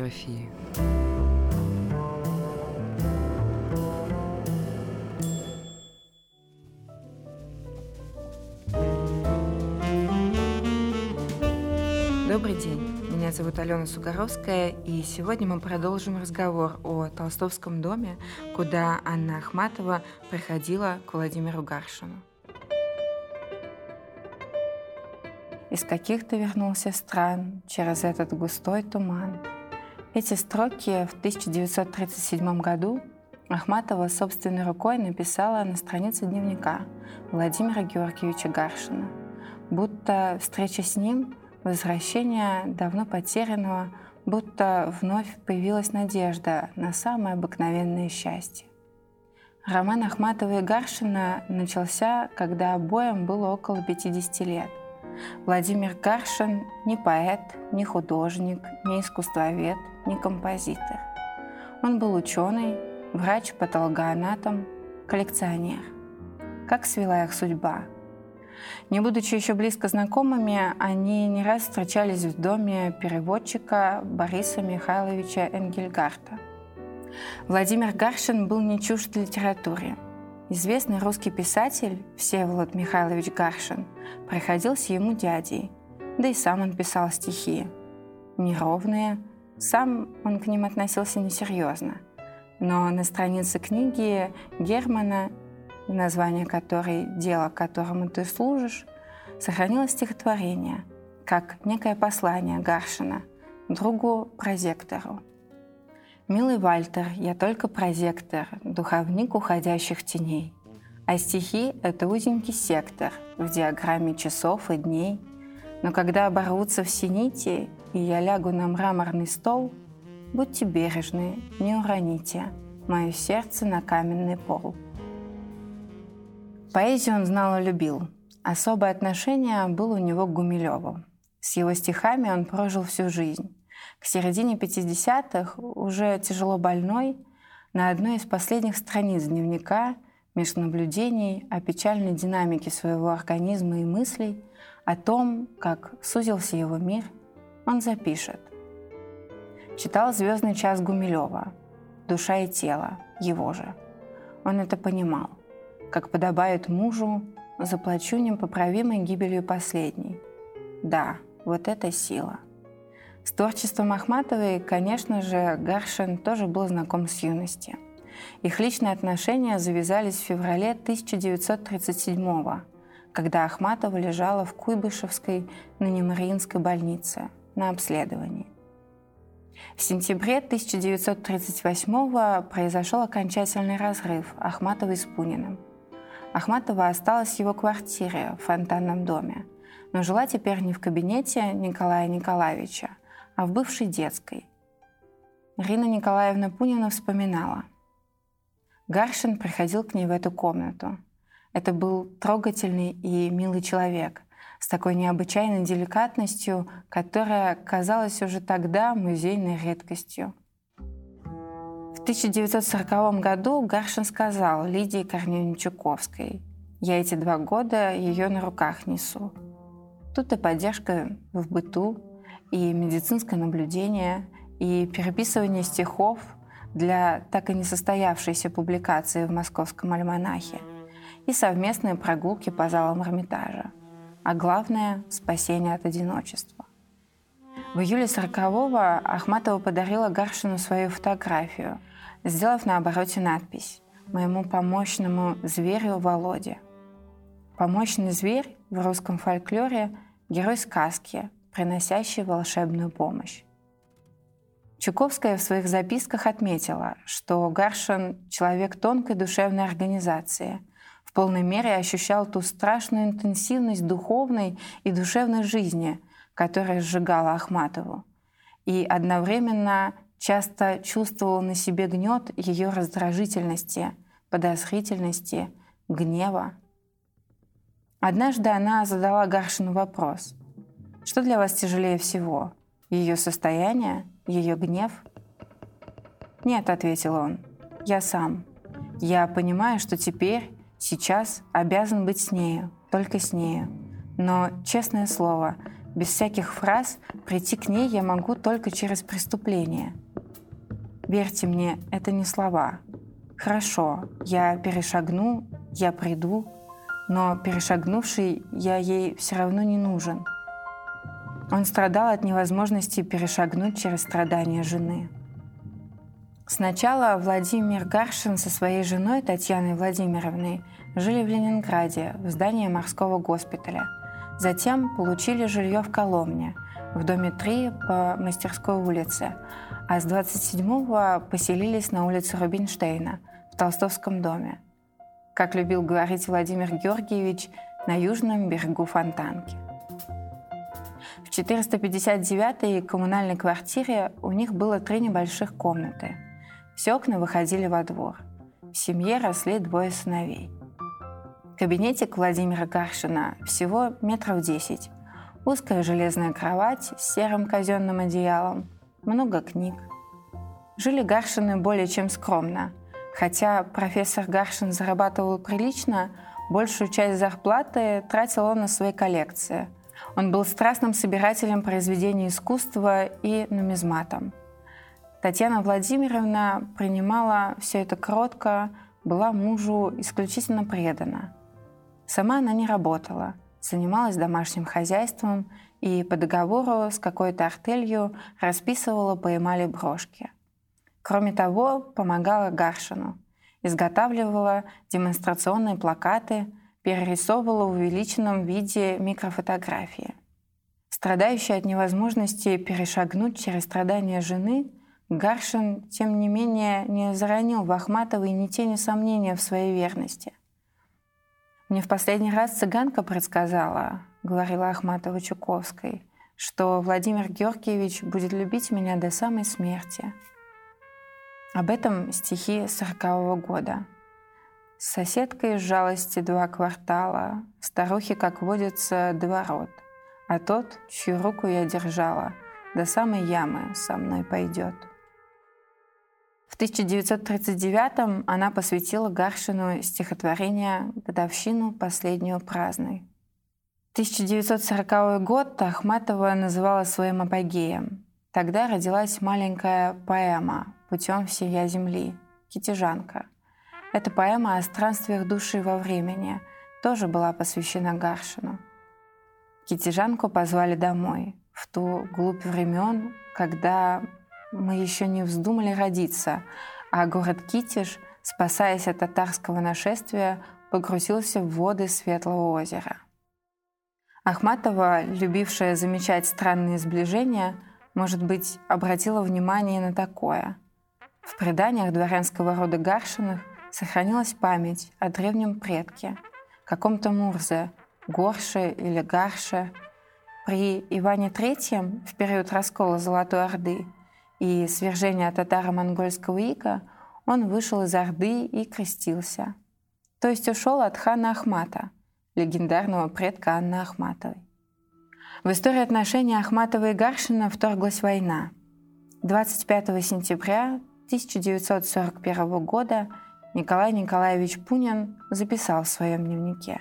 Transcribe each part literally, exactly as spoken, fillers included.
биографии. Добрый день, меня зовут Алена Сугаровская, и сегодня мы продолжим разговор о Толстовском доме, куда Анна Ахматова приходила к Владимиру Гаршину. Из каких ты вернулся стран через этот густой туман? Эти строки в тысяча девятьсот тридцать седьмом году Ахматова собственной рукой написала на странице дневника Владимира Георгиевича Гаршина, будто встреча с ним — возвращение давно потерянного, будто вновь появилась надежда на самое обыкновенное счастье. Роман Ахматовой и Гаршина начался, когда обоим было около пятидесяти лет. Владимир Гаршин не поэт, не художник, не искусствовед, не композитор. Он был ученый, врач-патологоанатом, коллекционер. Как свела их судьба? Не будучи еще близко знакомыми, они не раз встречались в доме переводчика Бориса Михайловича Энгельгарта. Владимир Гаршин был не чужд литературе. Известный русский писатель Всеволод Михайлович Гаршин приходился ему дядей, да и сам он писал стихи. Неровные, сам он к ним относился несерьезно. Но на странице книги Германа, название которой «Дело, которому ты служишь», сохранилось стихотворение, как некое послание Гаршина другу-прозектору. «Милый Вальтер, я только прозектор, духовник уходящих теней, а стихи — это узенький сектор в диаграмме часов и дней. Но когда оборвутся все нити, и я лягу на мраморный стол, будьте бережны, не уроните мое сердце на каменный пол». Поэзию он знал и любил. Особое отношение было у него к Гумилеву. С его стихами он прожил всю жизнь. К середине пятидесятых, уже тяжело больной, на одной из последних страниц дневника, меж наблюдений о печальной динамике своего организма и мыслей, о том, как сузился его мир, он запишет: «Читал «Звездный час» Гумилева, душа и тело его же. Он это понимал. Как подобает мужу, заплачу непоправимой гибелью последней. Да, вот это сила». С творчеством Ахматовой, конечно же, Гаршин тоже был знаком с юности. Их личные отношения завязались в феврале тысяча девятьсот тридцать седьмого, когда Ахматова лежала в Куйбышевской, ныне Мариинской больнице, на обследовании. В сентябре тысяча девятьсот тридцать восьмого произошел окончательный разрыв Ахматовой с Пуниным. Ахматова осталась в его квартире в Фонтанном доме, но жила теперь не в кабинете Николая Николаевича, а в бывшей детской. Ирина Николаевна Пунина вспоминала: «Гаршин приходил к ней в эту комнату. Это был трогательный и милый человек, с такой необычайной деликатностью, которая казалась уже тогда музейной редкостью». В тысяча девятьсот сороковом году Гаршин сказал Лидии Корнеевне Чуковской: «Я эти два года ее на руках несу». Тут и поддержка в быту, и медицинское наблюдение, и переписывание стихов для так и не состоявшейся публикации в Московском альманахе, и совместные прогулки по залам Эрмитажа. А главное — спасение от одиночества. В июле сорокового Ахматова подарила Гаршину свою фотографию, сделав на обороте надпись «Моему помощному зверю Володе». Помощный зверь в русском фольклоре — герой сказки, приносящий волшебную помощь. Чуковская в своих записках отметила, что Гаршин — человек тонкой душевной организации, в полной мере ощущал ту страшную интенсивность духовной и душевной жизни, которая сжигала Ахматову, и одновременно часто чувствовал на себе гнет ее раздражительности, подозрительности, гнева. Однажды она задала Гаршину вопрос: «Что для вас тяжелее всего? Ее состояние? Ее гнев?» «Нет», — ответил он, — «я сам. Я понимаю, что теперь, сейчас обязан быть с нею, только с нею. Но, честное слово, Без всяких фраз прийти к ней я могу только через преступление. Верьте мне, это не слова. Хорошо, я перешагну, я приду, но перешагнувший я ей все равно не нужен. Он страдал от невозможности перешагнуть через страдания жены. Сначала Владимир Гаршин со своей женой Татьяной Владимировной жили в Ленинграде, в здании морского госпиталя. Затем получили жилье в Коломне, в доме три по Мастерской улице, а с двадцать седьмого поселились на улице Рубинштейна, в Толстовском доме. Как любил говорить Владимир Георгиевич, на южном берегу Фонтанки. В четыреста пятьдесят девятой коммунальной квартире у них было три небольших комнаты. Все окна выходили во двор. В семье росли двое сыновей. Кабинетик Владимира Гаршина всего метров десять. Узкая железная кровать с серым казенным одеялом, много книг. Жили Гаршины более чем скромно. Хотя профессор Гаршин зарабатывал прилично, большую часть зарплаты тратил он на свои коллекции. Он был страстным собирателем произведений искусства и нумизматом. Татьяна Владимировна принимала все это кротко, была мужу исключительно предана. Сама она не работала, занималась домашним хозяйством и по договору с какой-то артелью расписывала по эмали брошки. Кроме того, помогала Гаршину, изготавливала демонстрационные плакаты, перерисовывала в увеличенном виде микрофотографии. Страдающий от невозможности перешагнуть через страдания жены, Гаршин, тем не менее, не заронил в Ахматовой ни тени сомнения в своей верности. «Мне в последний раз цыганка предсказала, — говорила Ахматова Чуковской, — что Владимир Георгиевич будет любить меня до самой смерти». Об этом стихи сорокового года. «С соседкой из жалости два квартала, старухи, как водится, до ворот, а тот, чью руку я держала, до самой ямы со мной пойдет». В тысяча девятьсот тридцать девятом она посвятила Гаршину стихотворение «Годовщину последнюю праздной». тысяча девятьсот сороковой год Ахматова называла своим апогеем. Тогда родилась маленькая поэма «Путем всея земли» «Китежанка». Эта поэма о странствиях души во времени тоже была посвящена Гаршину. Китежанку позвали домой, в ту глубь времен, когда мы еще не вздумали родиться, а город Китеж, спасаясь от татарского нашествия, погрузился в воды Светлого озера. Ахматова, любившая замечать странные сближения, может быть, обратила внимание на такое. В преданиях дворянского рода Гаршиных сохранилась память о древнем предке, каком-то Мурзе, Горше или Гарше. При Иване Третьем в период раскола Золотой Орды и свержения татаро-монгольского ига он вышел из Орды и крестился. То есть ушел от хана Ахмата, легендарного предка Анны Ахматовой. В историю отношений Ахматовой и Гаршина вторглась война. двадцать пятого сентября тысяча девятьсот сорок первого года Николай Николаевич Пунин записал в своем дневнике.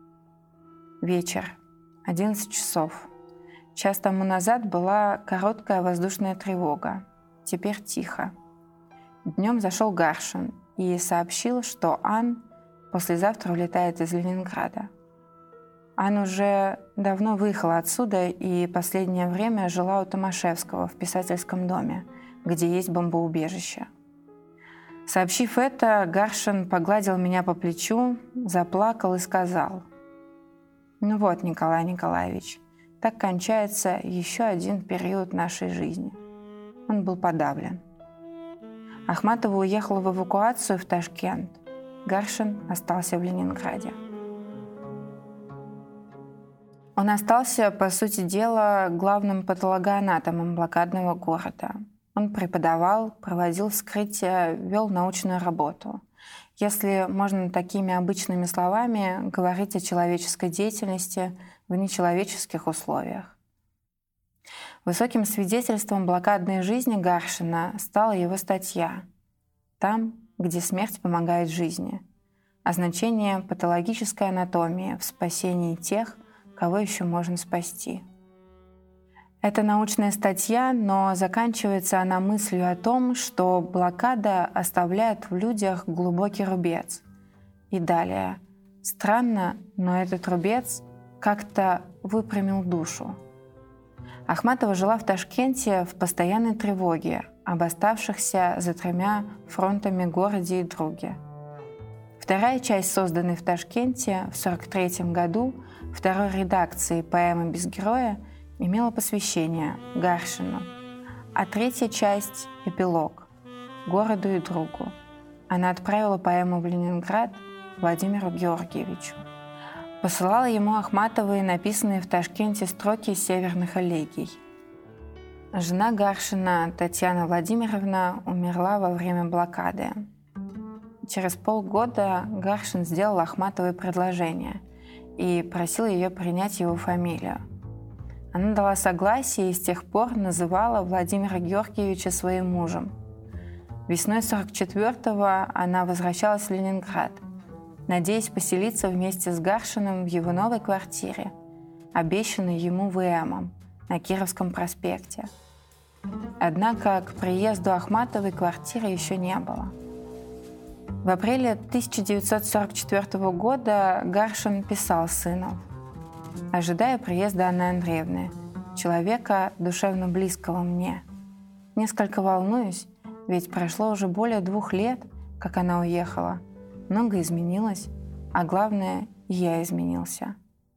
Вечер, одиннадцать часов. Час тому назад была короткая воздушная тревога. Теперь тихо. Днем зашел Гаршин и сообщил, что Ан послезавтра улетает из Ленинграда. Ан уже давно выехала отсюда и последнее время жила у Томашевского в писательском доме, где есть бомбоубежище. Сообщив это, Гаршин погладил меня по плечу, заплакал и сказал: «Ну вот, Николай Николаевич, так кончается еще один период нашей жизни». Он был подавлен. Ахматова уехала в эвакуацию в Ташкент. Гаршин остался в Ленинграде. Он остался, по сути дела, главным патологоанатомом блокадного города. Он преподавал, проводил вскрытия, вел научную работу. Если можно такими обычными словами говорить о человеческой деятельности в нечеловеческих условиях. Высоким свидетельством блокадной жизни Гаршина стала его статья «Там, где смерть помогает жизни. О значении патологической анатомии в спасении тех, кого еще можно спасти». Это научная статья, но заканчивается она мыслью о том, что блокада оставляет в людях глубокий рубец. И далее. Странно, но этот рубец как-то выпрямил душу. Ахматова жила в Ташкенте в постоянной тревоге об оставшихся за тремя фронтами городе и друге. Вторая часть, созданной в Ташкенте в сорок третьем году второй редакции поэмы «Без героя», имела посвящение Гаршину, а третья часть — эпилог городу и другу. Она отправила поэму в Ленинград Владимиру Георгиевичу. Посылала ему Ахматовой написанные в Ташкенте строки северных элегий. Жена Гаршина, Татьяна Владимировна, умерла во время блокады. Через полгода Гаршин сделал Ахматовой предложение и просил ее принять его фамилию. Она дала согласие и с тех пор называла Владимира Георгиевича своим мужем. Весной сорок четвёртого она возвращалась в Ленинград, надеясь поселиться вместе с Гаршиным в его новой квартире, обещанной ему ВМом на Кировском проспекте. Однако к приезду Ахматовой квартиры еще не было. В апреле тысяча девятьсот сорок четвёртого года Гаршин писал сыну: «Ожидая приезда Анны Андреевны, человека душевно близкого мне. Несколько волнуюсь, ведь прошло уже более двух лет, как она уехала. Много изменилось, а главное, я изменился».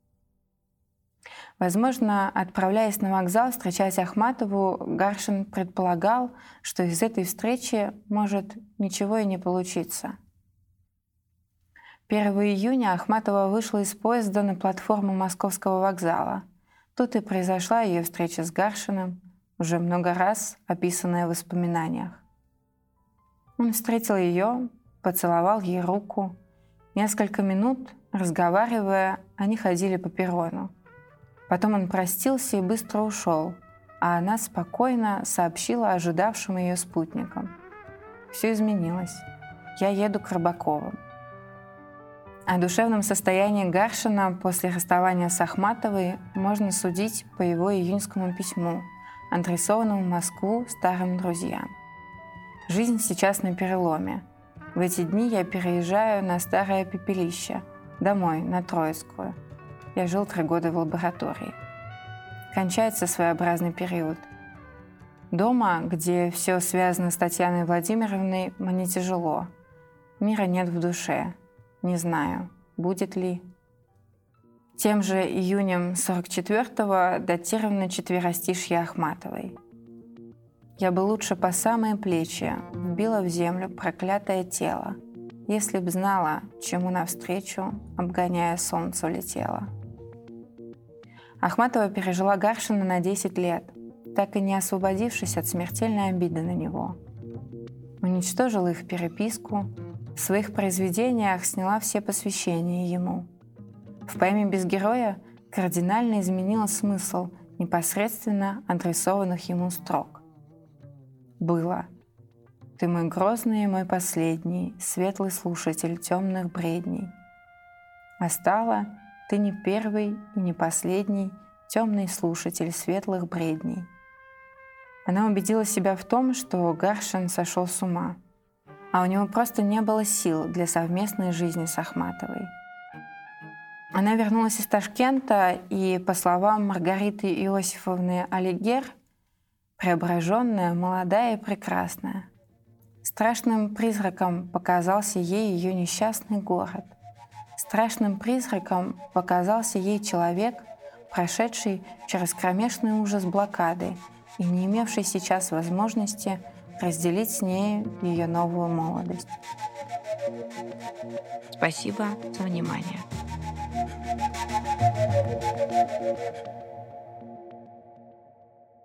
Возможно, отправляясь на вокзал встречать Ахматову, Гаршин предполагал, что из этой встречи может ничего и не получиться. первого июня Ахматова вышла из поезда на платформу Московского вокзала. Тут и произошла ее встреча с Гаршиным, уже много раз описанная в воспоминаниях. Он встретил ее, поцеловал ей руку. Несколько минут, разговаривая, они ходили по перрону. Потом он простился и быстро ушел, а она спокойно сообщила ожидавшим ее спутникам: «Все изменилось. Я еду к Рыбаковым». О душевном состоянии Гаршина после расставания с Ахматовой можно судить по его июньскому письму, адресованному в Москву старым друзьям. «Жизнь сейчас на переломе. В эти дни я переезжаю на старое пепелище, домой, на Троицкую. Я жил три года в лаборатории. Кончается своеобразный период. Дома, где все связано с Татьяной Владимировной, мне тяжело. Мира нет в душе. Не знаю, будет ли». Тем же июнем сорок четвёртого датировано четверостишье Ахматовой. «Я бы лучше по самые плечи вбила в землю проклятое тело, если б знала, чему навстречу, обгоняя солнце, летела». Ахматова пережила Гаршина на десять лет, так и не освободившись от смертельной обиды на него. Уничтожила их переписку, в своих произведениях сняла все посвящения ему. В поэме «Без героя» кардинально изменила смысл непосредственно адресованных ему строк. Было: «Ты мой грозный и мой последний, светлый слушатель темных бредней». А стало: «Ты не первый и не последний, темный слушатель светлых бредней». Она убедила себя в том, что Гаршин сошел с ума, а у него просто не было сил для совместной жизни с Ахматовой. Она вернулась из Ташкента и, по словам Маргариты Иосифовны Алигер, преображенная, молодая и прекрасная. Страшным призраком показался ей ее несчастный город. Страшным призраком показался ей человек, прошедший через кромешный ужас блокады и не имевший сейчас возможности разделить с ней ее новую молодость. Спасибо за внимание.